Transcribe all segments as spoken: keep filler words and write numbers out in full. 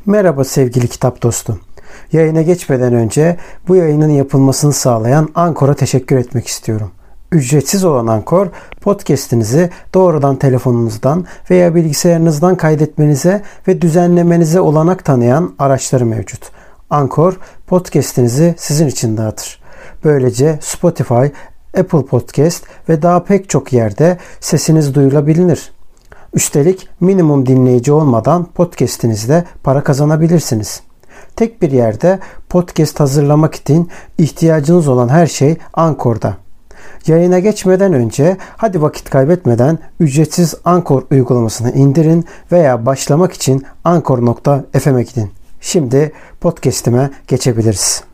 Merhaba sevgili kitap dostum. Yayına geçmeden önce bu yayının yapılmasını sağlayan Ankor'a teşekkür etmek istiyorum. Ücretsiz olan Ankor, podcast'inizi doğrudan telefonunuzdan veya bilgisayarınızdan kaydetmenize ve düzenlemenize olanak tanıyan araçları mevcut. Ankor, podcast'inizi sizin için dağıtır. Böylece Spotify, Apple Podcast ve daha pek çok yerde sesiniz duyulabilir. Üstelik minimum dinleyici olmadan podcast'inizde para kazanabilirsiniz. Tek bir yerde podcast hazırlamak için ihtiyacınız olan her şey Ankor'da. Yayına geçmeden önce hadi vakit kaybetmeden ücretsiz Ankor uygulamasını indirin veya başlamak için ankor nokta f m'e gidin. Şimdi podcast'ime geçebiliriz.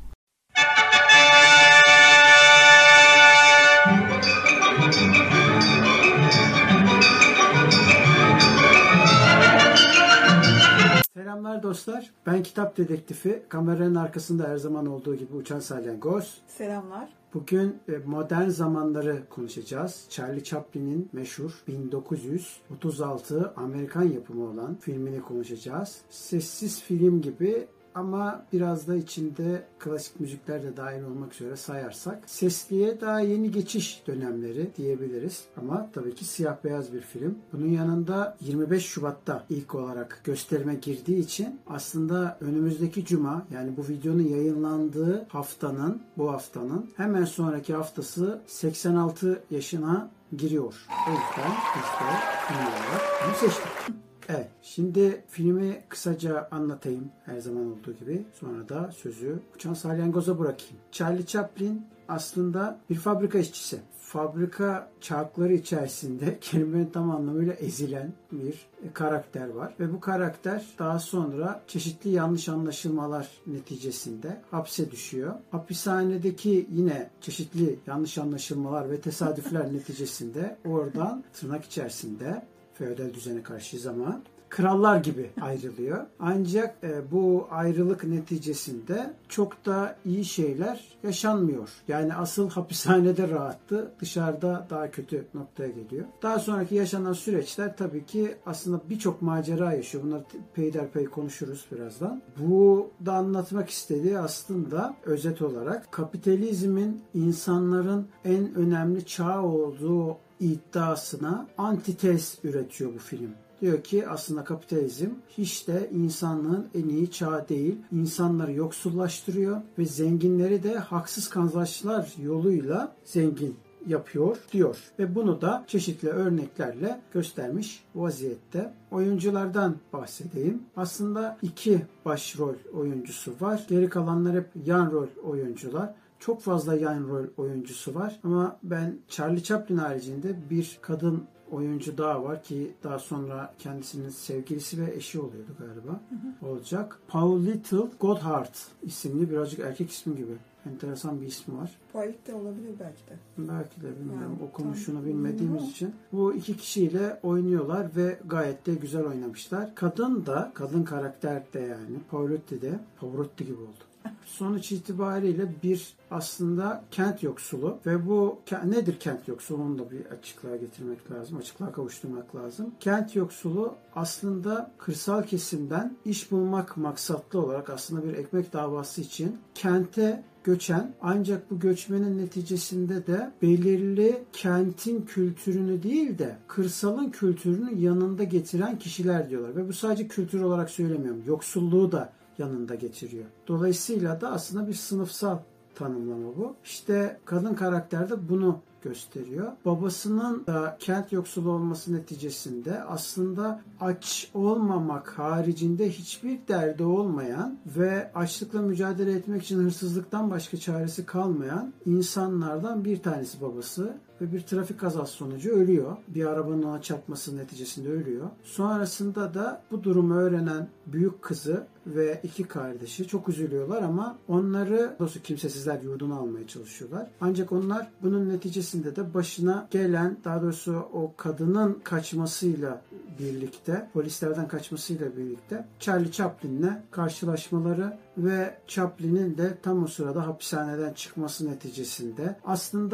Selamlar dostlar. Ben Kitap Dedektifi. Kameranın arkasında her zaman olduğu gibi Uçan Salyangoz. Selamlar. Bugün modern zamanları konuşacağız. Charlie Chaplin'in meşhur bin dokuz yüz otuz altı Amerikan yapımı olan filmini konuşacağız. Sessiz film gibi ama biraz da içinde klasik müzikler de dahil olmak üzere sayarsak sesliye daha yeni geçiş dönemleri diyebiliriz. Ama tabii ki siyah beyaz bir film. Bunun yanında yirmi beş Şubat'ta ilk olarak gösterime girdiği için aslında önümüzdeki cuma, yani bu videonun yayınlandığı haftanın, bu haftanın hemen sonraki haftası seksen altı yaşına giriyor. O yüzden biz de film olarak bunu seçtik. Evet, şimdi filmi kısaca anlatayım her zaman olduğu gibi. Sonra da sözü Uçan Salyangoz'a bırakayım. Charlie Chaplin aslında bir fabrika işçisi. Fabrika çarkları içerisinde kelimenin tam anlamıyla ezilen bir karakter var. Ve bu karakter daha sonra çeşitli yanlış anlaşılmalar neticesinde hapse düşüyor. Hapishanedeki yine çeşitli yanlış anlaşılmalar ve tesadüfler neticesinde oradan tırnak içerisinde feodal düzene karşıyız ama krallar gibi ayrılıyor. Ancak e, bu ayrılık neticesinde çok da iyi şeyler yaşanmıyor. Yani asıl hapishanede rahattı, dışarıda daha kötü noktaya geliyor. Daha sonraki yaşanan süreçler tabii ki aslında birçok macera yaşıyor. Bunları peyderpey konuşuruz birazdan. Bu da anlatmak istediği aslında özet olarak kapitalizmin insanların en önemli çağı olduğu iddiasına antitez üretiyor bu film. Diyor ki aslında kapitalizm hiç de insanlığın en iyi çağı değil. İnsanları yoksullaştırıyor ve zenginleri de haksız kazançlar yoluyla zengin yapıyor diyor. Ve bunu da çeşitli örneklerle göstermiş vaziyette. Oyunculardan bahsedeyim. Aslında iki başrol oyuncusu var. Geri kalanlar hep yan rol oyuncular. Çok fazla yan rol oyuncusu var ama ben Charlie Chaplin haricinde bir kadın oyuncu daha var ki daha sonra kendisinin sevgilisi ve eşi oluyordu galiba. Hı hı. Olacak. Paul Little Goddard isimli, birazcık erkek ismi gibi. Enteresan bir ismi var. Poetik de olabilir belki de. Belki de bilmiyorum. Yani, Okunuşunu bilmediğimiz hı. için. Bu iki kişiyle oynuyorlar ve gayet de güzel oynamışlar. Kadın da, kadın karakter de yani Pavarotti de, Pavarotti gibi oldu. Sonuç itibariyle bir aslında kent yoksulu ve bu nedir kent yoksulu, onu da bir açıklığa getirmek lazım, açıklığa kavuşturmak lazım. Kent yoksulu aslında kırsal kesimden iş bulmak maksatlı olarak aslında bir ekmek davası için kente göçen, ancak bu göçmenin neticesinde de belirli kentin kültürünü değil de kırsalın kültürünü yanında getiren kişiler diyorlar. Ve bu sadece kültür olarak söylemiyorum, yoksulluğu da yanında getiriyor. Dolayısıyla da aslında bir sınıfsal tanımlama bu. İşte kadın karakter de bunu gösteriyor. Babasının da kent yoksulu olması neticesinde aslında aç olmamak haricinde hiçbir derdi olmayan ve açlıkla mücadele etmek için hırsızlıktan başka çaresi kalmayan insanlardan bir tanesi babası. Ve bir trafik kazası sonucu ölüyor. Bir arabanın ona çarpması neticesinde ölüyor. Sonrasında da bu durumu öğrenen büyük kızı ve iki kardeşi çok üzülüyorlar ama onları doğrusu kimsesizler yurduna almaya çalışıyorlar. Ancak onlar bunun neticesinde de başına gelen, daha doğrusu o kadının kaçmasıyla birlikte, polislerden kaçmasıyla birlikte Charlie Chaplin'le karşılaşmaları ve Chaplin'in de tam o sırada hapishaneden çıkması neticesinde aslında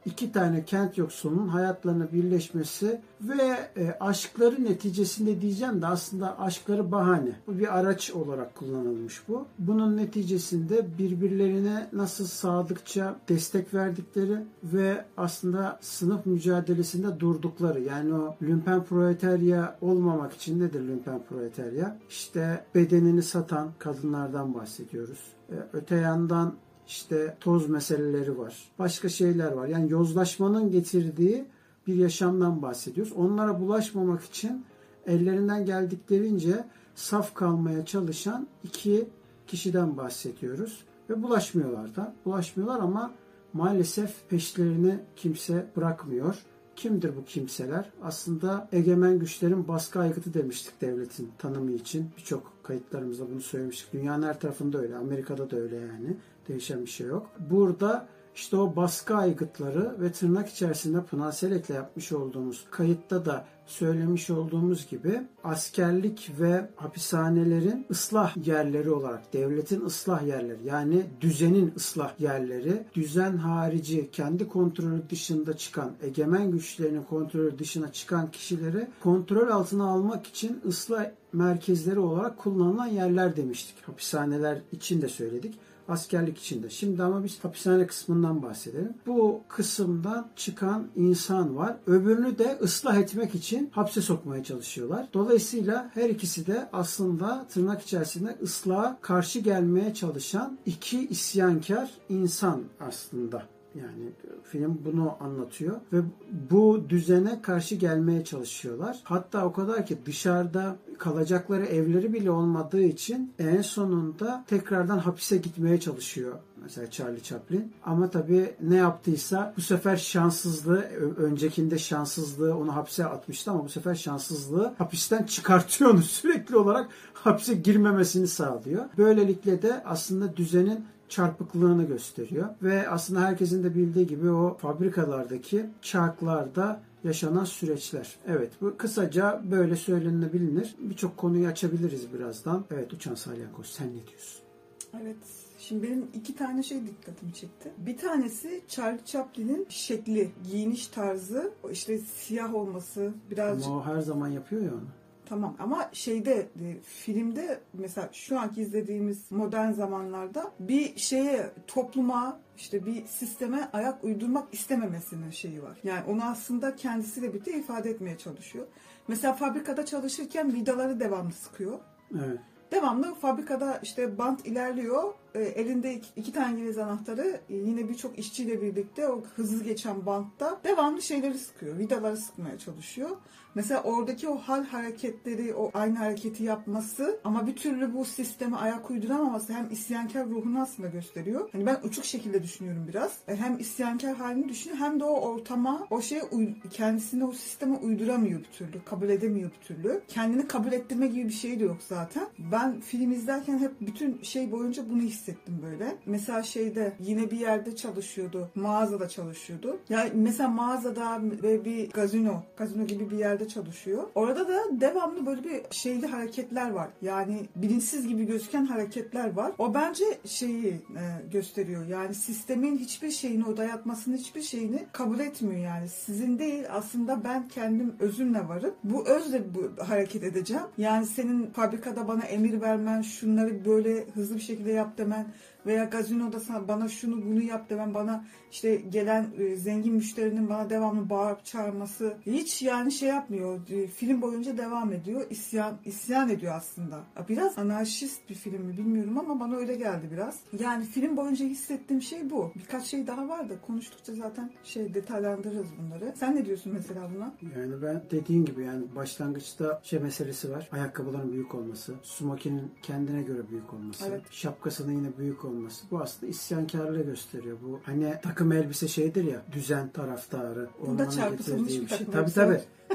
iki tane kent yoksulunun hayatlarına birleşmesi ve e, aşkları neticesinde diyeceğim de aslında aşkları bahane. Bu bir araç olarak kullanılmış bu. Bunun neticesinde birbirlerine nasıl sadıkça destek verdikleri ve aslında sınıf mücadelesinde durdukları, yani o lümpen proletarya olmamak için nedir lümpen proletarya? İşte bedenini satan kadınlardan bahsediyoruz. E, öte yandan işte toz meseleleri var. Başka şeyler var. Yani yozlaşmanın getirdiği bir yaşamdan bahsediyoruz. Onlara bulaşmamak için ellerinden geldiklerince saf kalmaya çalışan iki kişiden bahsediyoruz. Ve bulaşmıyorlar da. Bulaşmıyorlar ama maalesef peşlerini kimse bırakmıyor. Kimdir bu kimseler? Aslında egemen güçlerin baskı aygıtı demiştik devletin tanımı için. Birçok kayıtlarımızda bunu söylemiştik. Dünyanın her tarafında öyle. Amerika'da da öyle yani. Değişen bir şey yok. Burada işte o baskı aygıtları ve tırnak içerisinde Pınar Selek'le yapmış olduğumuz kayıtta da söylemiş olduğumuz gibi askerlik ve hapishanelerin ıslah yerleri olarak, devletin ıslah yerleri, yani düzenin ıslah yerleri, düzen harici kendi kontrolü dışında çıkan, egemen güçlerinin kontrolü dışına çıkan kişileri kontrol altına almak için ıslah merkezleri olarak kullanılan yerler demiştik. Hapishaneler için de söyledik. Askerlik içinde. Şimdi ama biz hapishane kısmından bahsedelim. Bu kısımdan çıkan insan var. Öbürünü de ıslah etmek için hapse sokmaya çalışıyorlar. Dolayısıyla her ikisi de aslında tırnak içerisinde ıslaha karşı gelmeye çalışan iki isyankar insan aslında. Yani film bunu anlatıyor ve bu düzene karşı gelmeye çalışıyorlar. Hatta o kadar ki dışarıda kalacakları evleri bile olmadığı için en sonunda tekrardan hapise gitmeye çalışıyor mesela Charlie Chaplin. Ama tabii ne yaptıysa bu sefer şanssızlığı, öncekinde şanssızlığı onu hapse atmıştı ama bu sefer şanssızlığı hapisten çıkartıyor, onu sürekli olarak hapse girmemesini sağlıyor. Böylelikle de aslında düzenin çarpıklığını gösteriyor. Ve aslında herkesin de bildiği gibi o fabrikalardaki çarklarda yaşanan süreçler. Evet, bu kısaca böyle söylenebilir. Birçok konuyu açabiliriz birazdan. Evet, Uçan Salyangoz, sen ne diyorsun? Evet. Şimdi benim iki tane şey dikkatimi çekti. Bir tanesi Charlie Chaplin'in şekli, giyiniş tarzı, işte siyah olması, birazcık... Ama o her zaman yapıyor ya onu. Tamam ama şeyde e, filmde mesela şu anki izlediğimiz modern zamanlarda bir şeye, topluma, işte bir sisteme ayak uydurmak istememesinin şeyi var. Yani onu aslında kendisiyle birlikte ifade etmeye çalışıyor. Mesela fabrikada çalışırken vidaları devamlı sıkıyor. Evet. Devamlı fabrikada işte bant ilerliyor. E, elinde iki, iki tane İngiliz anahtarı, e, yine birçok işçiyle birlikte o hızlı geçen bantta devamlı şeyleri sıkıyor. Vidaları sıkmaya çalışıyor. Mesela oradaki o hal hareketleri, o aynı hareketi yapması ama bir türlü bu sisteme ayak uyduramaması hem isyankar ruhunu aslında gösteriyor. Hani ben uçuk şekilde düşünüyorum biraz. E, hem isyankar halini düşünüyor hem de o ortama, o şeye kendisini o sisteme uyduramıyor bir türlü. Kabul edemiyor bir türlü. Kendini kabul ettirme gibi bir şey de yok zaten. Ben film izlerken hep bütün şey boyunca bunu hissettim böyle. Mesela şeyde yine bir yerde çalışıyordu. Mağazada çalışıyordu. Yani mesela mağazada ve bir gazino, gazino gibi bir yerde çalışıyor. Orada da devamlı böyle bir şeyli hareketler var. Yani bilinçsiz gibi gözüken hareketler var. O bence şeyi e, gösteriyor. Yani sistemin hiçbir şeyini, o dayatmasının hiçbir şeyini kabul etmiyor yani. Sizin değil, aslında ben kendim özümle varım. Bu özle bu, hareket edeceğim. Yani senin fabrikada bana emir vermen, şunları böyle hızlı bir şekilde yap demen veya gazinoda sana, bana şunu bunu yap demen, bana işte gelen e, zengin müşterinin bana devamlı bağırıp çağırması hiç yani şey yapmıyor. E, film boyunca devam ediyor. İsyan, isyan ediyor aslında. Biraz anarşist bir film mi bilmiyorum ama bana öyle geldi biraz. Yani film boyunca hissettiğim şey bu. Birkaç şey daha var da konuştukça zaten şey detaylandırırız bunları. Sen ne diyorsun mesela buna? Yani ben dediğin gibi yani başlangıçta şey meselesi var. Ayakkabıların büyük olması, smokinin kendine göre büyük olması, evet. Şapkasının yine büyük olması. Bu aslında isyankarlığı gösteriyor. Bu hani takım elbise şeydir ya, düzen taraftarı. Bunda çarpıtılmış bir şey. takım Tabii elbise. tabii.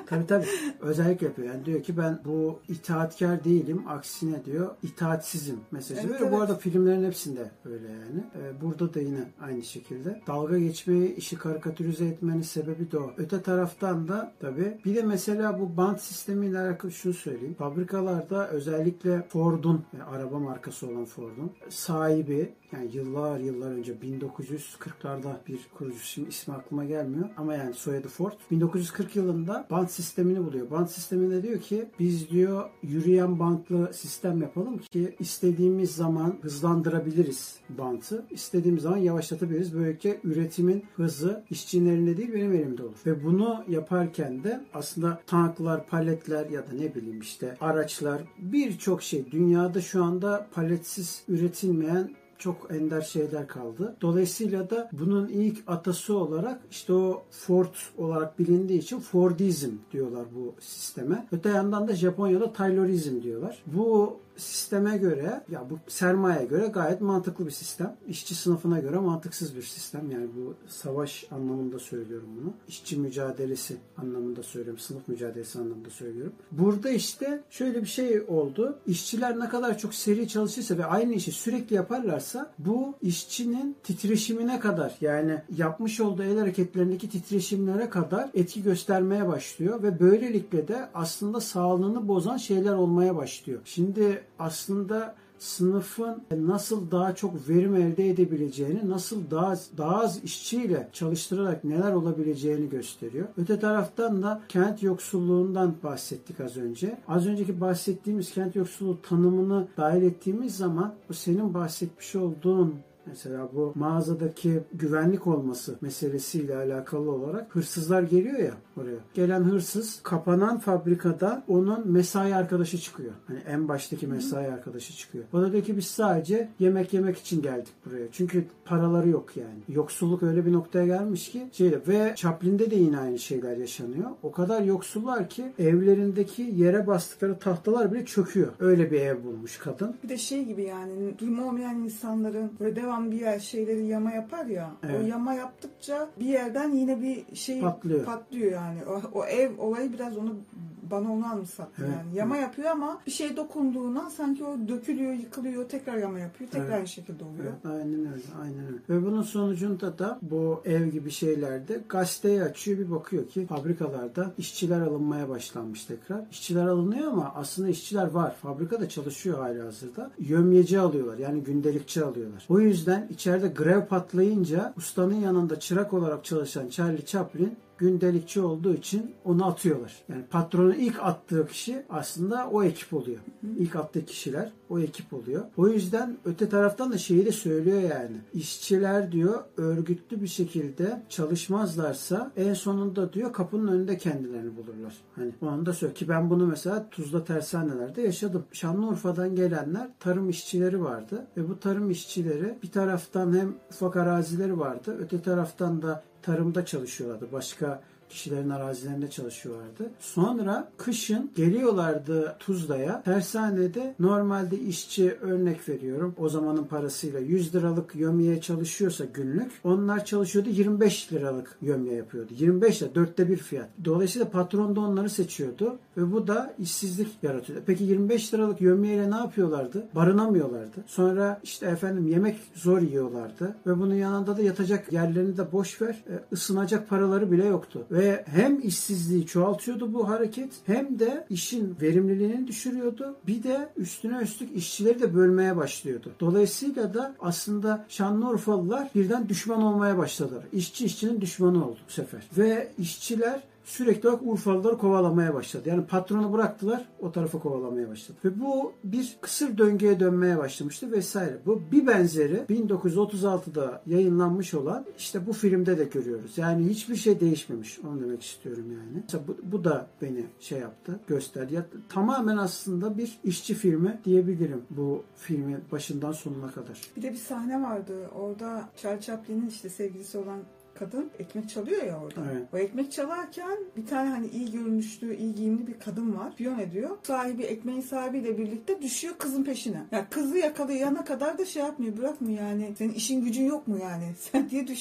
Tabii tabii. Özellikle yapıyor. Yani diyor ki ben bu itaatkar değilim. Aksine diyor itaatsizim mesajı. Evet, Ve evet. bu arada filmlerin hepsinde öyle yani. Ee, burada da yine aynı şekilde. Dalga geçmeyi, işi karikatürize etmenin sebebi de o. Öte taraftan da tabii bir de mesela bu bant sistemiyle alakalı şunu söyleyeyim. Fabrikalarda özellikle Ford'un, yani araba markası olan Ford'un sahibi, yani yıllar yıllar önce bin dokuz yüz kırklarda bir kurucusu, şimdi ismi aklıma gelmiyor ama yani soyadı Ford. bin dokuz yüz kırk yılında bant sistemini buluyor. Bant sisteminde diyor ki biz diyor yürüyen bantlı sistem yapalım ki istediğimiz zaman hızlandırabiliriz bantı. İstediğimiz zaman yavaşlatabiliriz. Böylece üretimin hızı işçinin elinde değil benim elimde olur. Ve bunu yaparken de aslında tanklar, paletler ya da ne bileyim işte araçlar, birçok şey dünyada şu anda paletsiz üretilmeyen çok ender şeyler kaldı. Dolayısıyla da bunun ilk atası olarak işte o Ford olarak bilindiği için Fordizm diyorlar bu sisteme. Öte yandan da Japonya'da Taylorizm diyorlar. Bu sisteme göre, ya bu sermaye göre gayet mantıklı bir sistem. İşçi sınıfına göre mantıksız bir sistem. Yani bu savaş anlamında söylüyorum bunu. İşçi mücadelesi anlamında söylüyorum. Sınıf mücadelesi anlamında söylüyorum. Burada işte şöyle bir şey oldu. İşçiler ne kadar çok seri çalışırsa ve aynı işi sürekli yaparlarsa bu işçinin titreşimine kadar, yani yapmış olduğu el hareketlerindeki titreşimlere kadar etki göstermeye başlıyor ve böylelikle de aslında sağlığını bozan şeyler olmaya başlıyor. Şimdi aslında sınıfın nasıl daha çok verim elde edebileceğini, nasıl daha az, daha az işçiyle çalıştırarak neler olabileceğini gösteriyor. Öte taraftan da kent yoksulluğundan bahsettik az önce. Az önceki bahsettiğimiz kent yoksulluğu tanımını dahil ettiğimiz zaman bu senin bahsetmiş olduğun, mesela bu mağazadaki güvenlik olması meselesiyle alakalı olarak hırsızlar geliyor ya oraya. Gelen hırsız kapanan fabrikada onun mesai arkadaşı çıkıyor. Hani en baştaki mesai Hı. arkadaşı çıkıyor. O da diyor ki biz sadece yemek yemek için geldik buraya. Çünkü paraları yok yani. Yoksulluk öyle bir noktaya gelmiş ki şeyde, ve Chaplin'de de yine aynı şeyler yaşanıyor. O kadar yoksullar ki evlerindeki yere bastıkları tahtalar bile çöküyor. Öyle bir ev bulmuş kadın. Bir de şey gibi yani durumu olmayan insanların böyle devam bir yer şeyleri yama yapar ya. Evet. O yama yaptıkça bir yerden yine bir şey patlıyor, patlıyor yani. O, o ev olayı biraz onu bana onu anımsattı evet. Yani. Yama evet. yapıyor ama bir şey dokunduğuna sanki o dökülüyor, yıkılıyor, tekrar yama yapıyor. Tekrar evet. aynı şekilde oluyor. Evet, aynen öyle. Aynen öyle. Ve bunun sonucunda da bu ev gibi şeylerde gazeteyi açıyor, bir bakıyor ki fabrikalarda işçiler alınmaya başlanmış tekrar. İşçiler alınıyor ama aslında işçiler var. Fabrikada çalışıyor halihazırda. Yömyeci alıyorlar. Yani gündelikçi alıyorlar. O yüzden içeride grev patlayınca ustanın yanında çırak olarak çalışan Charlie Chaplin gündelikçi olduğu için onu atıyorlar. Yani patronun ilk attığı kişi aslında o ekip oluyor. Hı hı. İlk attığı kişiler o ekip oluyor. O yüzden öte taraftan da şeyi de söylüyor yani. İşçiler diyor örgütlü bir şekilde çalışmazlarsa en sonunda diyor kapının önünde kendilerini bulurlar. Hani onu da söylüyor ki ben bunu mesela Tuzla tersanelerde yaşadım. Şanlıurfa'dan gelenler tarım işçileri vardı ve bu tarım işçileri bir taraftan hem ufak arazileri vardı, öte taraftan da tarımda çalışıyorlardı. Başka kişilerin arazilerinde çalışıyorlardı. Sonra kışın geliyorlardı Tuzla'ya. Tersanede normalde işçi, örnek veriyorum, o zamanın parasıyla yüz liralık yömyeye çalışıyorsa günlük, onlar çalışıyordu yirmi beş liralık yömye yapıyordu. yirmi beş lira, dörtte bir fiyat. Dolayısıyla patron da onları seçiyordu ve bu da işsizlik yaratıyordu. Peki yirmi beş liralık yömyeyle ne yapıyorlardı? Barınamıyorlardı. Sonra işte efendim yemek zor yiyorlardı ve bunun yanında da yatacak yerlerini de boş ver, ısınacak paraları bile yoktu. Ve Ve hem işsizliği çoğaltıyordu bu hareket, hem de işin verimliliğini düşürüyordu. Bir de üstüne üstlük işçileri de bölmeye başlıyordu. Dolayısıyla da aslında Şanlıurfalılar birden düşman olmaya başladılar. İşçi işçinin düşmanı oldu bu sefer. Ve işçiler sürekli olarak Urfalıları kovalamaya başladı. Yani patronu bıraktılar, o tarafa kovalamaya başladı. Ve bu bir kısır döngüye dönmeye başlamıştı vesaire. Bu bir benzeri bin dokuz yüz otuz altıda yayınlanmış olan işte bu filmde de görüyoruz. Yani hiçbir şey değişmemiş. Onu demek istiyorum yani. Mesela bu, bu da beni şey yaptı, gösterdi. Ya, tamamen aslında bir işçi filmi diyebilirim bu filmin başından sonuna kadar. Bir de bir sahne vardı. Orada Charlie Chaplin'in işte sevgilisi olan kadın ekmek çalıyor ya orada. Evet. O ekmek çalarken bir tane hani iyi görünüşlü, iyi giyimli bir kadın var. Piyon ediyor. Sahibi, ekmeğin sahibiyle birlikte düşüyor kızın peşine. Ya kızı yakalayana kadar da şey yapmıyor, bırakmıyor yani. Senin işin gücün yok mu yani? Sen diye düştün.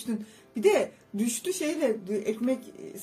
Bir de düştü şeyle ekmek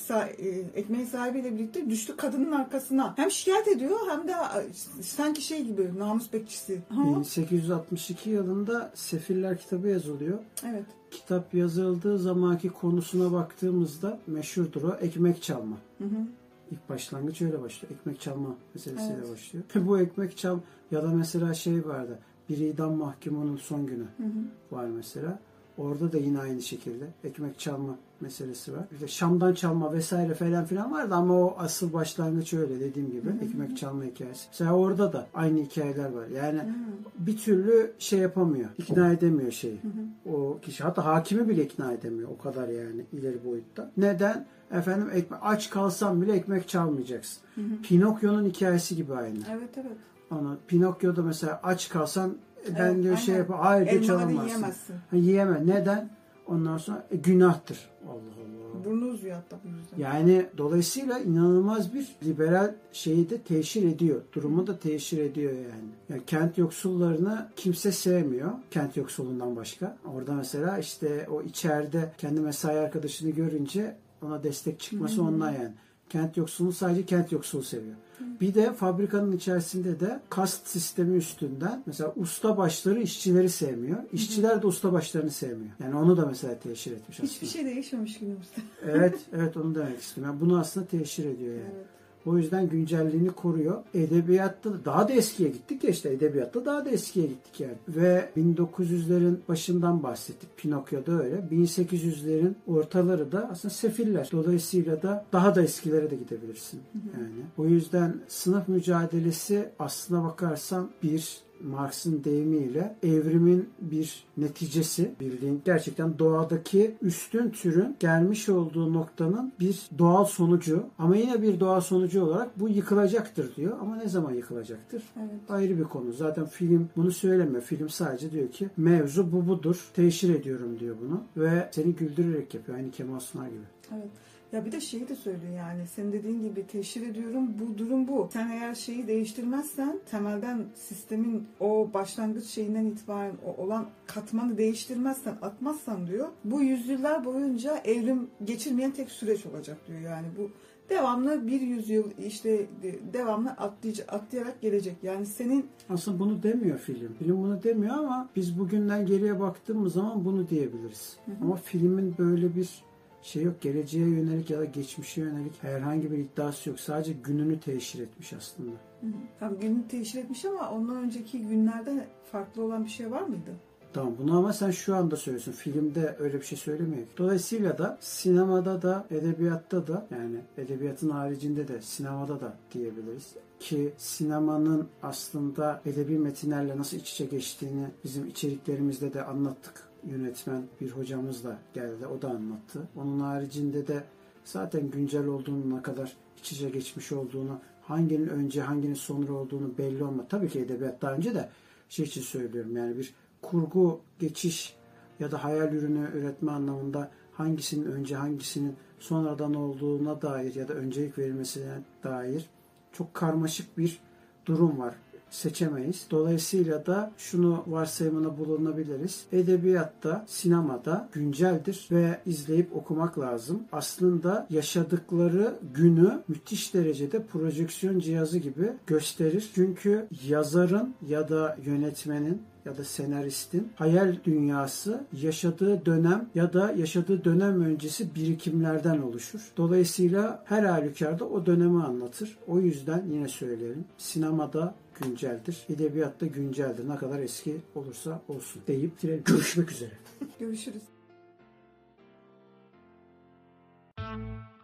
ekmeğin sahibiyle birlikte düştü kadının arkasına. Hem şikayet ediyor hem de sanki şey gibi namus bekçisi. bin sekiz yüz altmış iki yılında Sefiller kitabı yazılıyor. Evet. Kitap yazıldığı zamanki konusuna baktığımızda meşhurdur o ekmek çalma. Hı hı. İlk başlangıç öyle başlıyor. Ekmek çalma meselesiyle Evet. başlıyor. Bu ekmek çal ya da mesela şey vardı. Bir idam mahkumunun son günü Hı hı. var mesela. Orada da yine aynı şekilde ekmek çalma meselesi var. Bir de Şam'dan çalma vesaire falan filan vardı ama o asıl başlangıç öyle dediğim gibi. Hı hı. Ekmek çalma hikayesi. Mesela orada da aynı hikayeler var. Yani hı hı. bir türlü şey yapamıyor. İkna edemiyor şeyi. Hı hı. O kişi. Hatta hakimi bile ikna edemiyor. O kadar yani ileri boyutta. Neden? Efendim ekmek, aç kalsam bile ekmek çalmayacaksın. Hı hı. Pinokyo'nun hikayesi gibi aynı. Evet evet. Ama Pinokyo'da mesela aç kalsan ben evet, diyor şey yap, hayır diyor çalamazsın. Yiyemezsin. Ha, yiyeme. Neden? Ondan sonra e, günahtır. Allah Allah. Burnu uzuyor hatta bu yüzden. Yani dolayısıyla inanılmaz bir liberal şeyi de teşhir ediyor. Durumu da teşhir ediyor yani. Yani kent yoksullarını kimse sevmiyor. Kent yoksulundan başka. Orada mesela işte o içeride kendi mesai arkadaşını görünce ona destek çıkması Hı-hı. ondan yani. Kent yoksulunu sadece kent yoksulu seviyor. Hı. Bir de fabrikanın içerisinde de kast sistemi üstünden mesela usta başları işçileri sevmiyor. İşçiler de usta başlarını sevmiyor. Yani onu da mesela teşhir etmiş aslında. Hiçbir şey değişmemiş günümüzde. Evet, evet onu demek istiyorum. Yani bunu aslında teşhir ediyor yani. Evet. O yüzden güncelliğini koruyor. Edebiyatta da daha da eskiye gittik ya işte edebiyatta daha da eskiye gittik yani. Ve bin dokuz yüzlerin başından bahsettik. Pinokyo'da öyle. bin sekiz yüzlerin ortaları da aslında Sefiller. Dolayısıyla da daha da eskilere de gidebilirsin. Yani. O yüzden sınıf mücadelesi aslına bakarsan bir Marx'ın deyimiyle evrimin bir neticesi, bildiğin gerçekten doğadaki üstün türün gelmiş olduğu noktanın bir doğal sonucu ama yine bir doğal sonucu olarak bu yıkılacaktır diyor. Ama ne zaman yıkılacaktır? Evet. Ayrı bir konu. Zaten film bunu söylemiyor. Film sadece diyor ki mevzu bu budur. Teşhir ediyorum diyor bunu ve seni güldürerek yapıyor. Aynı Kemal Sunal gibi. Evet. Ya bir de şeyi de söylüyor yani senin dediğin gibi teşhir ediyorum bu durum bu. Sen eğer şeyi değiştirmezsen temelden sistemin o başlangıç şeyinden itibaren o olan katmanı değiştirmezsen atmazsan diyor bu yüzyıllar boyunca evrim geçirmeyen tek süreç olacak diyor yani bu devamlı bir yüzyıl işte devamlı atlayacak, atlayarak gelecek. Yani senin... Aslında bunu demiyor film. Film bunu demiyor ama biz bugünden geriye baktığımız zaman bunu diyebiliriz. Hı hı. Ama filmin böyle bir şey yok. Geleceğe yönelik ya da geçmişe yönelik herhangi bir iddiası yok. Sadece gününü teşhir etmiş aslında. Hı hı. Tamam gününü teşhir etmiş ama ondan önceki günlerde farklı olan bir şey var mıydı? Tamam bunu ama sen şu anda söylüyorsun. Filmde öyle bir şey söylemiyor. Dolayısıyla da sinemada da edebiyatta da yani edebiyatın haricinde de sinemada da diyebiliriz. Ki sinemanın aslında edebi metinlerle nasıl iç içe geçtiğini bizim içeriklerimizde de anlattık. Yönetmen bir hocamız da geldi. O da anlattı. Onun haricinde de zaten güncel olduğunu ne kadar iç içe geçmiş olduğunu hanginin önce hanginin sonra olduğunu belli olma. Tabii ki edebiyat daha önce de şey için söylüyorum yani bir kurgu geçiş ya da hayal ürünü üretme anlamında hangisinin önce hangisinin sonradan olduğuna dair ya da öncelik verilmesine dair çok karmaşık bir durum var. Seçemeyiz. Dolayısıyla da şunu varsayımına bulunabiliriz. Edebiyatta, sinemada günceldir ve izleyip okumak lazım. Aslında yaşadıkları günü müthiş derecede projeksiyon cihazı gibi gösterir. Çünkü yazarın ya da yönetmenin ya da senaristin hayal dünyası yaşadığı dönem ya da yaşadığı dönem öncesi birikimlerden oluşur. Dolayısıyla her halükarda o dönemi anlatır. O yüzden yine söyleyelim. Sinemada günceldir. Edebiyatta günceldir. Ne kadar eski olursa olsun deyip görüşmek üzere. Görüşürüz.